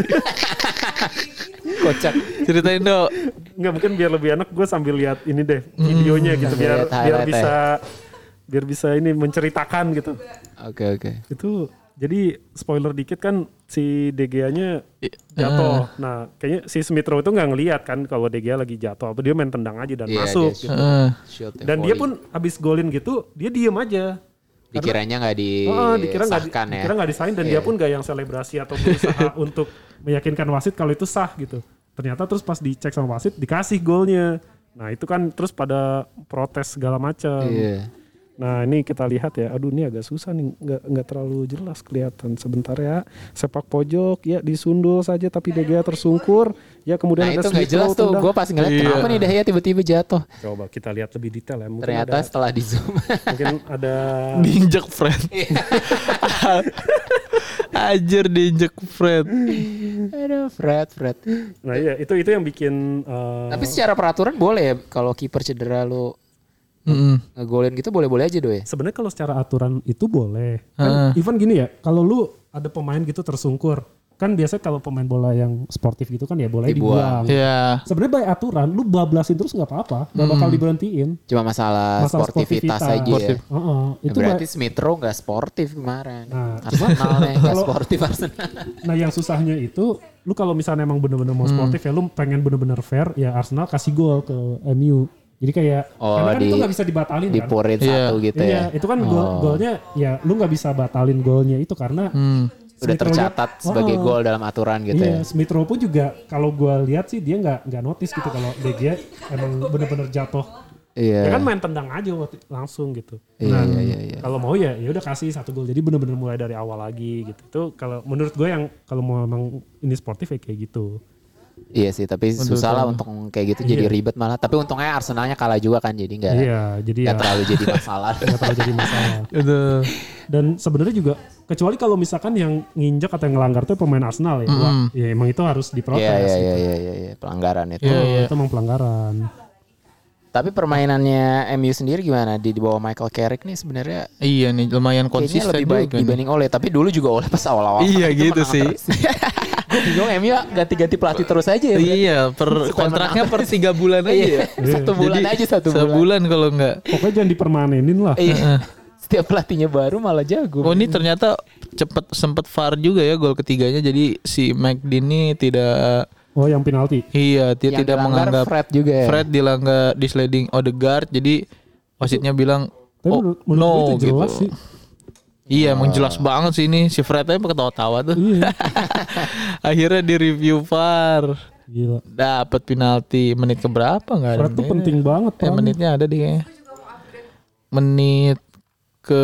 Kocak. Ceritain dong. nggak mungkin biar lebih enak gue sambil lihat ini deh videonya gitu biar Lihat highlight biar bisa ini menceritakan gitu. Oke. Itu jadi spoiler dikit kan si De Gea-nya jatuh. Nah, kayaknya si Smith Rowe itu nggak ngelihat kan kalau De Gea lagi jatuh. Apa dia main tendang aja dan Iya, masuk dia gitu. shoot ya, Dan dia volley. pun habis golin gitu, dia diem aja. Dikiranya nggak Dikira disahkan ya. dikira nggak disahin dan dia pun nggak yang selebrasi atau berusaha untuk meyakinkan wasit kalau itu sah gitu. Ternyata terus pas dicek sama wasit dikasih golnya. Nah itu kan terus pada protes segala macam. Iya. Nah ini kita lihat ya, aduh ini agak susah nih, nggak terlalu jelas kelihatan. Sebentar ya, sepak pojok ya disundul saja tapi De Gea tersungkur. Ya kemudian Nah ada itu nggak Smith jelas Rowe tuh. tendang. Gue pas ngeliat Iya. kenapa nih De Gea tiba-tiba jatuh. Coba kita lihat lebih detail ya. Mungkin Ternyata ada, setelah di zoom. mungkin ada Diinjek Fred. Ajar diinjek Fred. Aduh, Fred. Nah iya itu yang bikin Tapi secara peraturan boleh ya kalau kiper cedera lu ngegolin gitu boleh-boleh aja ya. sebenarnya kalau secara aturan itu boleh. Kan even gini ya, kalau lu ada pemain gitu tersungkur, kan biasanya kalau pemain bola yang sportif gitu kan ya boleh dibuang. Iya. Sebenarnya by aturan lu bablasin terus nggak apa-apa, nggak bakal diberhentiin. Cuma masalah sportivitas aja ya. Itu Berarti Smith Rowe nggak sportif kemarin. Nah, Arsenal nih nggak kalau- sportif Arsenal. Nah yang susahnya itu, lu kalau misalnya emang bener-bener mau sportif ya, lu pengen bener-bener fair, ya Arsenal kasih gol ke MU. Jadi kayak, karena kan itu nggak bisa dibatalin kan. Dipurin Iya. satu gitu Iya, ya. itu kan golnya, ya lu nggak bisa batalin golnya itu karena Udah Smith Rowe-nya- tercatat sebagai gol dalam aturan gitu Iya, ya. Smith Rowe pun juga kalau gue lihat sih dia nggak notice gitu kalau De Gea emang bener-bener jatuh. Iya. Ya kan main tendang aja langsung gitu. Iya, iya. Kalau mau ya udah kasih satu gol. Jadi bener-bener mulai dari awal lagi gitu. Itu kalau menurut gue yang kalau mau emang ini sportif ya kayak gitu. Iya sih, tapi susah lah untuk kayak gitu jadi ribet malah. Tapi untungnya Arsenalnya kalah juga kan, jadi nggak Iya, jadi ya terlalu jadi masalah. nggak terlalu jadi masalah. Itu. Dan sebenarnya juga kecuali kalau misalkan yang nginjek atau yang ngelanggar tuh pemain Arsenal ya, wah, ya emang itu harus diprotes. Iya, pelanggaran itu. Itu emang pelanggaran. Tapi permainannya MU sendiri gimana di bawah Michael Carrick nih sebenarnya Iya nih lumayan kayaknya konsisten lebih baik juga nih. dibanding Ole. Tapi dulu juga Ole pas awal-awal. Iya itu gitu menang sih. terus. Gue bingung MU ganti-ganti pelatih terus aja ya. Iya, kontraknya per 3 bulan aja ya. Satu bulan Jadi, aja satu bulan. Sebulan kalau enggak. Pokoknya jangan dipermanenin lah. Iya. Setiap pelatihnya baru malah jago. Oh ini ternyata sempet VAR juga ya gol ketiganya. Jadi si McDean ini tidak Oh yang penalti. dia Yang tidak dilanggar menganggap Fred juga ya. Fred dilanggar di sliding Odegaard. Jadi wasitnya bilang Tapi oh menurut gue no itu jelas gitu. sih. Iya emang jelas banget sih ini. Si Fred aja ketawa-tawa tuh. Iya. Akhirnya di review VAR. Gila. Dapat penalti menit keberapa nggak ada? Fred tuh penting banget. Pan. Menitnya ada deh kayaknya. Menit ke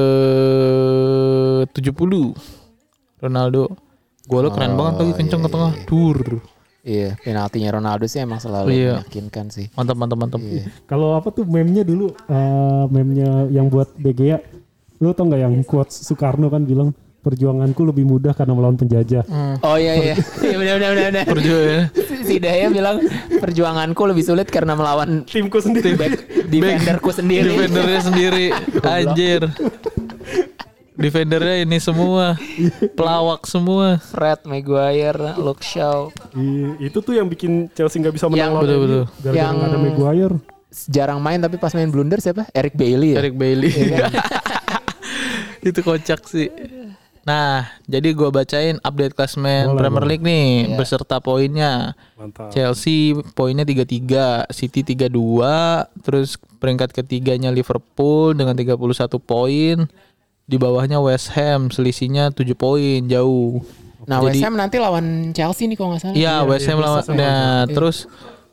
70 Ronaldo. Golnya keren banget lagi kenceng ke tengah. Dur. Iya, penaltinya Ronaldo sih emang selalu Iya. meyakinkan sih. Mantap. Kalau apa tuh meme-nya dulu, meme-nya yang buat De Gea, lu tau nggak yang quotes Soekarno kan bilang perjuanganku lebih mudah karena melawan penjajah. Oh iya. Iya benar. Perjuangan. Si Daya bilang perjuanganku lebih sulit karena melawan Timku sendiri. defenderku sendiri. Defendernya sendiri. Anjir. Defendernya ini semua pelawak semua. Fred, Maguire, Luke Shaw. Itu tuh yang bikin Chelsea nggak bisa menang Yang- lawan Betul-betul. MU. Gara-gara Yang- nggak ada Maguire. Jarang main tapi pas main blunder siapa? Eric Bailey ya. Eric Bailey. Iya kan? Itu kocak sih. Nah, jadi gue bacain update klasemen Boleh, Premier boleh. League nih Iya. beserta poinnya. Mantap. Chelsea poinnya 33, City 32, terus peringkat ketiganya Liverpool dengan 31 poin. Di bawahnya West Ham selisihnya 7 poin jauh. Nah, Jadi- West Ham nanti lawan Chelsea nih kalau nggak salah. Iya, West Ham lawan. besok. Nah, Iya. terus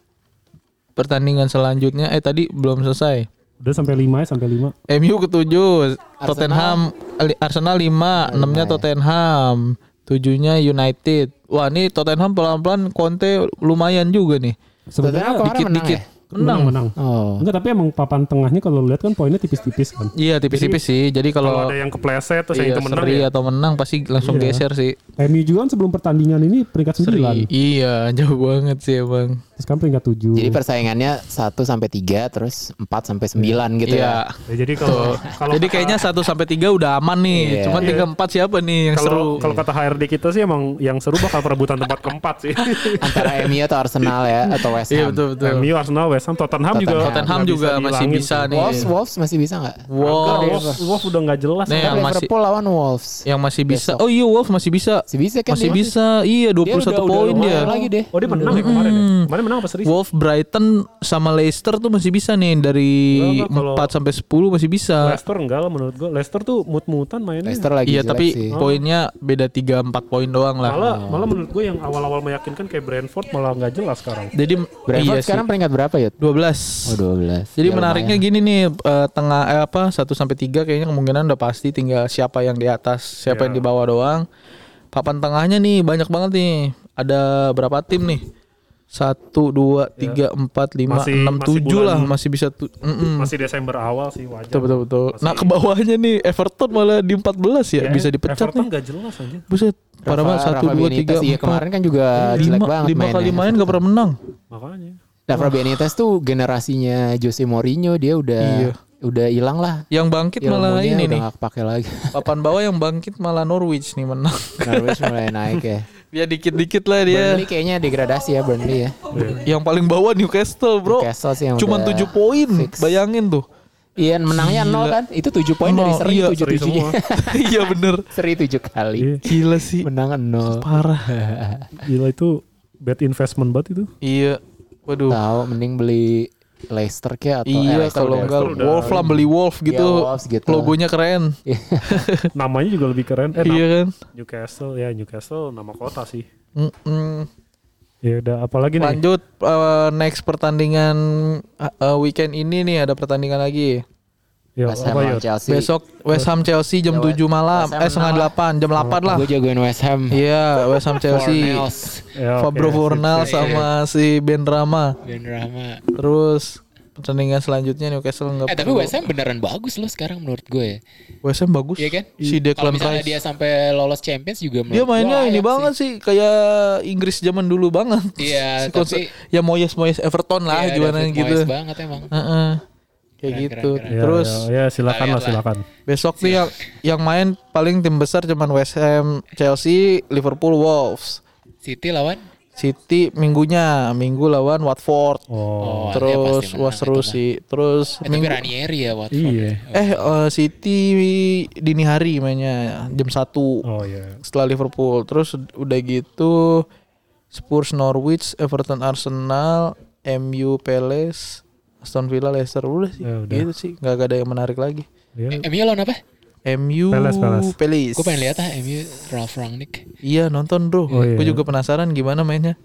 pertandingan selanjutnya tadi belum selesai. Udah sampai 5 ya, sampai 5. MU ke-7, Tottenham, Arsenal 5, 6-nya Tottenham, 7-nya United. Wah, ini Tottenham pelan-pelan Conte lumayan juga nih. Tottenham kemarin menang ya? Menang. Oh. Enggak, tapi emang papan tengahnya kalau lihat kan poinnya tipis-tipis kan. Iya, tipis-tipis sih. Jadi Kalau kalau ada yang kepleset terus yang iya, itu menang seri ya. atau menang pasti langsung Iya. geser sih. MU juga kan sebelum pertandingan ini peringkat 9. Iya, jauh banget sih emang. Terus kan peringkat 7. Jadi persaingannya 1 sampai 3 terus 4 sampai 9 gitu Iya. ya. Ya, jadi kalau kalau Jadi kayaknya 1 sampai 3 udah aman nih. Iya. Cuman 3 4 siapa nih yang seru? kalau kata HRD kita sih emang yang seru bakal perebutan tempat keempat sih. Antara MU atau Arsenal ya atau West Ham. Iya, betul betul. MU, Arsenal, West Ham, Tottenham juga Tottenham nggak juga masih dihilangin bisa sih. nih. Wolves masih bisa nggak? Wolves udah nggak jelas. Nih, kan. yang masih- Liverpool lawan Wolves. Yang masih bisa. Besok. Oh iya, Wolves masih bisa. Masih bisa kan? Masih dia? bisa. Iya, Dia 21 poin lumayan dia. lagi deh. Oh dia menang ya kemarin ya? Kemarin menang apa seri? Wolves, Brighton sama Leicester tuh masih bisa nih dari Enggak, kalau- 4 sampai 10 masih bisa. Leicester enggak lah menurut gua. Leicester tuh mut-mutan mainnya. Leicester lagi Iya, jelek tapi sih. poinnya beda 3-4 poin doang lah. Malah menurut gua yang awal-awal meyakinkan kayak Brentford malah nggak jelas sekarang. Jadi Brentford iya sekarang sih. peringkat berapa ya? 12. Oh 12. Jadi Ya, menariknya lumayan. gini nih, tengah 1 sampai 3 kayaknya kemungkinan udah pasti, tinggal siapa yang di atas, siapa Ya. yang di bawah doang. Papan tengahnya nih banyak banget nih. Ada berapa tim nih? 1 2 3 4 5 Masih- 6 masih 7 lah, bulan- masih bisa Masih Desember awal sih wajar. Betul betul betul. Masih- Nah, ke bawahnya nih Everton malah di 14 ya, Ya, bisa dipecat Everton nih. nggak jelas aja. Buset, parah banget. 1 2 3 Iya kemarin kan juga jelek banget 5 kali mainnya. main gak pernah menang. Makanya. Rafa Benitez tuh generasinya Jose Mourinho, dia Iya. udah hilang lah. Yang bangkit malah Ilmunya ini udah nih. nggak kepake lagi. Papan bawah yang bangkit malah Norwich nih menang. Norwich mulai naik ya. Dia dikit-dikit lah dia. Burnley kayaknya degradasi ya Burnley ya. Yang paling bawah Newcastle, Bro. Newcastle sih yang Cuman udah 7 poin. fix. Bayangin tuh. Iya menangnya 0 kan. Itu 7 poin dari Nol, seri iya, 7 seri 7 semua. Iya bener. Seri 7 kali. Iya. Gila sih. Menang 0. Parah. Gila itu bad investment banget itu. Iya. Waduh. Tahu mending beli Leicester kayak atau Iya, Leicester kalau udah- enggak Leicester udah- Wolf lah, beli Wolf gitu. Iya, Wolves gitu. Logonya keren. Namanya juga lebih keren. Iya kan? Newcastle nama kota sih. Mm-mm. Ya udah apalagi nih? Lanjut next pertandingan weekend ini nih, ada pertandingan lagi. Ya, West Ham apa lawan ya? Chelsea. Besok West Ham Chelsea jam 7 malam. West Ham Setengah menang 8, jam 8 lah. Gue jagoin West Ham. Iya, West Ham Chelsea. Fornals. Ya, Fabro oke, Fornal sip, sip. sama si Ben Rama. Ben Rama. Terus pertandingan selanjutnya Newcastle enggak Tapi West Ham beneran bagus loh sekarang menurut gue ya. West Ham bagus. Iya kan? Si Kalau Declan misalnya Rice. dia sampai lolos Champions juga menurut Dia mainnya gue ini layak banget sih, kayak Inggris zaman dulu banget. Iya, Si konsep- tapi- ya Moyes Everton lah Iya, gimana David gitu. Moyes banget emang. Heeh. Kayak Keren, gitu. keren, Ya, Terus ya silakan Kita lah lihat silakan. besok nih yang main paling tim besar cuman West Ham, Chelsea, Liverpool, Wolves. City lawan. City minggu lawan Watford. Oh, Oh, Terus dia pasti menang wah seru itu mah. sih. Terus Tapi Ranieri ya Watford. Iya. City dini hari mainnya jam 1 Oh ya. setelah Liverpool. Terus udah gitu Spurs Norwich, Everton Arsenal, MU Palace, Aston Villa Leicester, udah sih. Ya, udah. Gitu sih, nggak ada yang menarik lagi. Ya. MU lawan apa? MU Palace. Gue pengen lihat MU Ralf Rangnick. Iya nonton bro. Oh, iya. Gue juga penasaran gimana mainnya.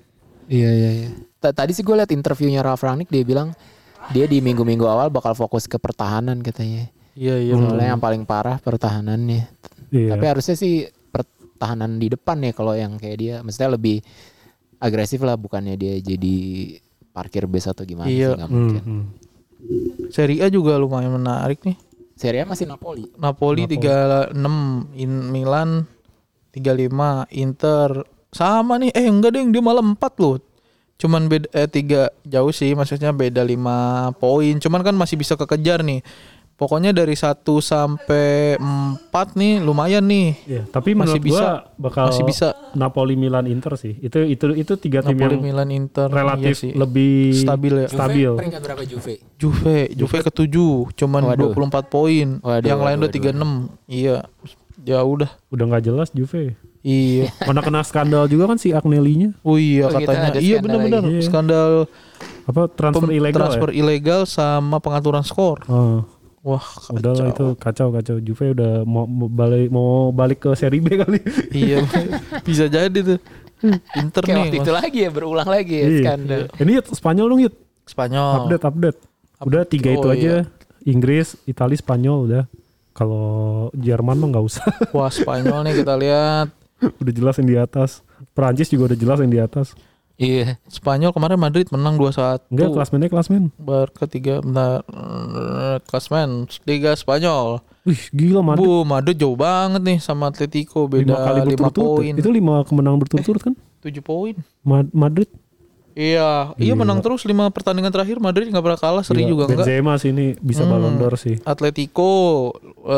Iya. Tadi sih gue liat interviewnya Ralf Rangnick, dia bilang dia di minggu-minggu awal bakal fokus ke pertahanan katanya. Iya. Soalnya yang paling parah pertahanannya. Iya. Tapi harusnya sih pertahanan di depan ya kalau yang kayak dia. Maksudnya lebih agresif lah, bukannya dia jadi parkir base atau gimana Iya. sih, nggak mungkin. Serie A juga lumayan menarik nih. Serie A masih Napoli. Napoli 36, Milan 35, Inter sama nih. Enggak deh, dia malah 4 loh. Cuman beda 3 jauh sih, maksudnya beda 5 poin. Cuman kan masih bisa kekejar nih. Pokoknya dari 1 sampai 4 nih lumayan nih. Iya, tapi Masih menurut gua bakal masih bisa. Napoli, Milan, Inter sih. Itu tiga tim Napoli, yang Milan, Inter relatif iya sih. lebih Stabil ya. Stabil. Peringkat berapa Juve? Juve ke-7 cuman Waduh. 24 poin. Waduh, Yang lain udah waduh. 36. Iya. Ya udah. Udah nggak jelas Juve. Iya. Mana kena skandal juga kan si Agnelli-nya. Oh iya Oh, gitu, katanya. ada Iya skandal benar-benar lagi. Iya. skandal Apa transfer ilegal transfer ilegal sama pengaturan skor. ya? Oh, Wah, udah lah itu kacau. Juve udah mau balik ke Serie B kali. Iya, bisa jadi tuh. Inter Kayak nih. waktu itu lagi ya, berulang lagi ya Iya. skandal. Ini Yud, Spanyol dong Yud. Spanyol. Update. Udah 3 itu Oh, aja. Inggris, Italia, Spanyol udah. Kalau Jerman mah nggak usah. Wah, Spanyol nih kita lihat. Udah jelas yang di atas. Perancis juga udah jelas yang di atas. Iya. Spanyol kemarin Madrid menang 2-1. Enggak, klasmen. Barca 3 bentar. Klasmen Liga Spanyol. Wih, gila Madrid. Madrid jauh banget nih sama Atletico, 5 beda kali 5 berturut-turut. poin. Itu 5 kemenangan berturut-turut kan? 7 poin. Madrid. Iya, Gila. menang terus 5 pertandingan terakhir. Madrid nggak pernah kalah, seri Gila. juga enggak. Benzema sih ini bisa Ballon d'Or sih. Atletico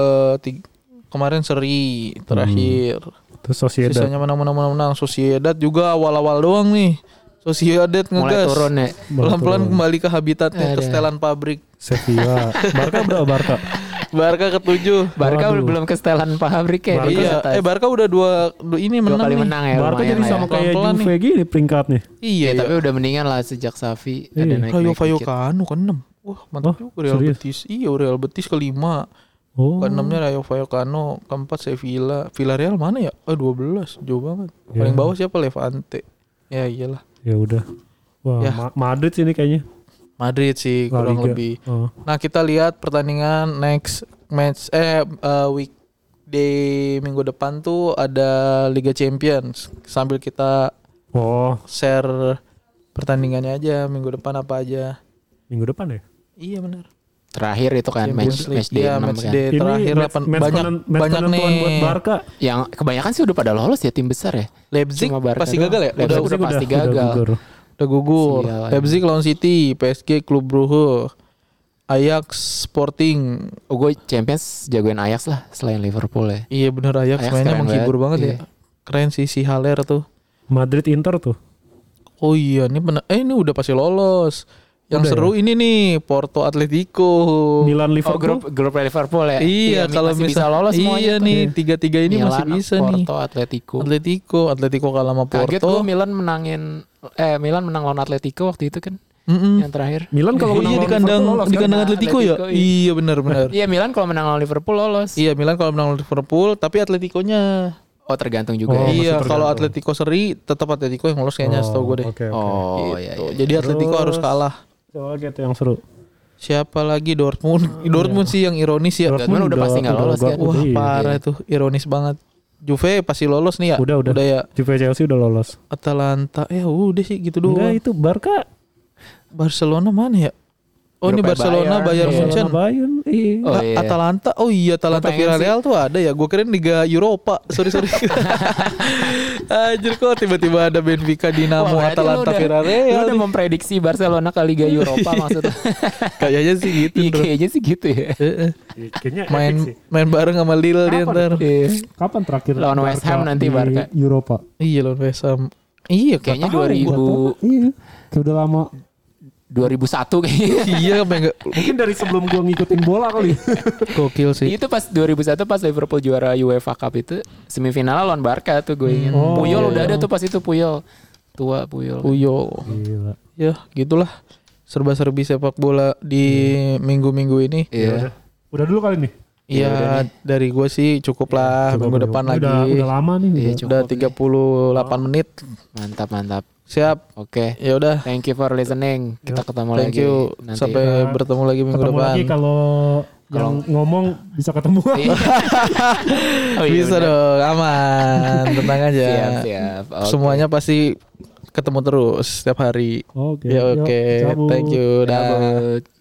kemarin seri terakhir. Terus Sociedad. Sisanya menang. Sociedad juga awal-awal doang nih. Sociedad Mulai ngegas. turun ya. Pelan-pelan kembali ke habitatnya, ke Ada. setelan pabrik. Sevilla. Barca berapa Barca? Barca ke-7. Barca Waduh. belum ke setelan Pabrik ya. Barca- Iya, Barca udah dua ini dua menang kali nih. menang ya. Barca lumayan jadi lah ya. sama kayak Pelan-pelan Juve gini peringkatnya. Iya, Ya, tapi udah mendingan lah sejak Xavi ada Iya. naik-naik Rayo dikit. Vallecano ke-6. Wah, mantap Oh, juga Real serius? Betis. Iya, Real Betis ke-5. Oh. Ke-6-nya Rayo Vallecano, ke-4 Sevilla. Villarreal mana ya? 12, jauh banget. Ya. Paling bawah siapa? Levante. Ya iyalah. Ya udah. Wah, Ya. Madrid sih ini kayaknya. Madrid sih La kurang Liga. lebih. Oh. Nah, kita lihat pertandingan next match weekday minggu depan tuh ada Liga Champions. Sambil kita Oh, share pertandingannya aja minggu depan apa aja. minggu depan ya? Iya benar. Terakhir itu kan Champions match League. day Iya, 6 match kan. day terakhir banyak penentuan nih. buat Barca. Yang kebanyakan sih udah pada lolos ya tim besar ya. Leipzig Cuma Barca pasti doang. gagal ya? Leipzig udah pasti gagal. gugur. Udah gugur. Sial, Leipzig lawan City, PSG Klub Brugge, Ajax Sporting. Oh, gue Champions jagoin Ajax lah selain Liverpool ya. Iya bener Ajax Ajax mainnya keren menghibur banget banget, ya. Keren sih si Haller tuh. Madrid Inter tuh. Oh iya ini ini udah pasti lolos. Yang Udah seru ini nih Porto Atletico. Milan Oh, Liverpool. grup Liverpool ya. Iya kalau masih bisa misal lolos semuanya iya tuh. nih tiga-tiga ini masih Milan, bisa nih. Porto, Atletico. Atletico kalah sama Kaget gue Porto. Milan menang lawan Atletico waktu itu kan Mm-mm. yang terakhir. Milan kalau menang Iya di lawan kandang Liverpool lolos di kan? kandang Atletico ya. Atletico, Iya benar. Iya Milan kalau menang lawan Liverpool lolos. Iya Milan kalau menang Liverpool tapi Atletico-nya. Oh tergantung juga. Oh, ya. masih Iya kalau tergantung. Atletico seri tetap Atletico yang lolos kayaknya setahu gue deh. Oke. Oh Gitu. iya, iya. Jadi Atletico Terus- harus kalah. Coba gitu yang seru. Siapa lagi Dortmund? Dortmund sih yang ironis ya. Dortmund udah pasti nggak lolos kan? Wah Iya. parah tuh, ironis banget. Juve pasti lolos nih ya. Udah. ya. Juve Chelsea udah lolos. Atalanta ya udah sih gitu doang. Enggak itu Barca. Barcelona mana ya? Oh ini Grupnya Barcelona Bayern Bayern. Munchen. Bayern. Iya. Oh, iya. Atalanta. Oh iya Atalanta Gua pengen Villarreal tuh ada ya. Gue kirain Liga Eropa. Sorry. Anjir kok tiba-tiba ada Benfica Dinamo Wah, berarti Atalanta lu udah Villarreal. nih. memprediksi Barcelona ke Liga Eropa maksudnya. Kayaknya sih gitu. Iya Bro. kayaknya sih gitu ya. Kayaknya epic Main sih. main bareng sama Lille dia Kapan ntar. Iya. Kapan terakhir Lawan West Ham nanti di Barca. Europa? Iya lawan West Ham. Iya Kayaknya nggak tahu. 2000 Iya. Kayak udah lama. 2001 kayaknya. Iya apa enggak Mungkin dari sebelum gua ngikutin bola kali. gokil sih. Itu pas 2001 pas Liverpool juara UEFA Cup itu semifinal lawan Barca tuh gue ingat. Oh, Puyol iya. udah ada tuh pas itu Puyol. Tua Puyol. Puyo. Gila. Ya, gitulah. Serba-serbi sepak bola di minggu-minggu ini. Iya. Udah dulu kali nih. Iya, udah Ya, dari gue sih cukup lah Coba minggu gua- depan udah, lagi. Udah lama nih. Iya, udah. cukup Udah nih. 38 menit. Mantap. Siap. Oke. Ya udah. Thank you for listening. Kita ketemu lagi Thank you. nanti. Sampai Ya. bertemu lagi minggu Ketemu depan. lagi kalau yang ngomong bisa ketemu. Iya. Oh, iya, Bisa bener. dong, aman. Tenang aja. Siap. Oke. Semuanya pasti ketemu terus setiap hari. Oke. Ya yuk, oke. cabut. Thank you. Dah. Cabut.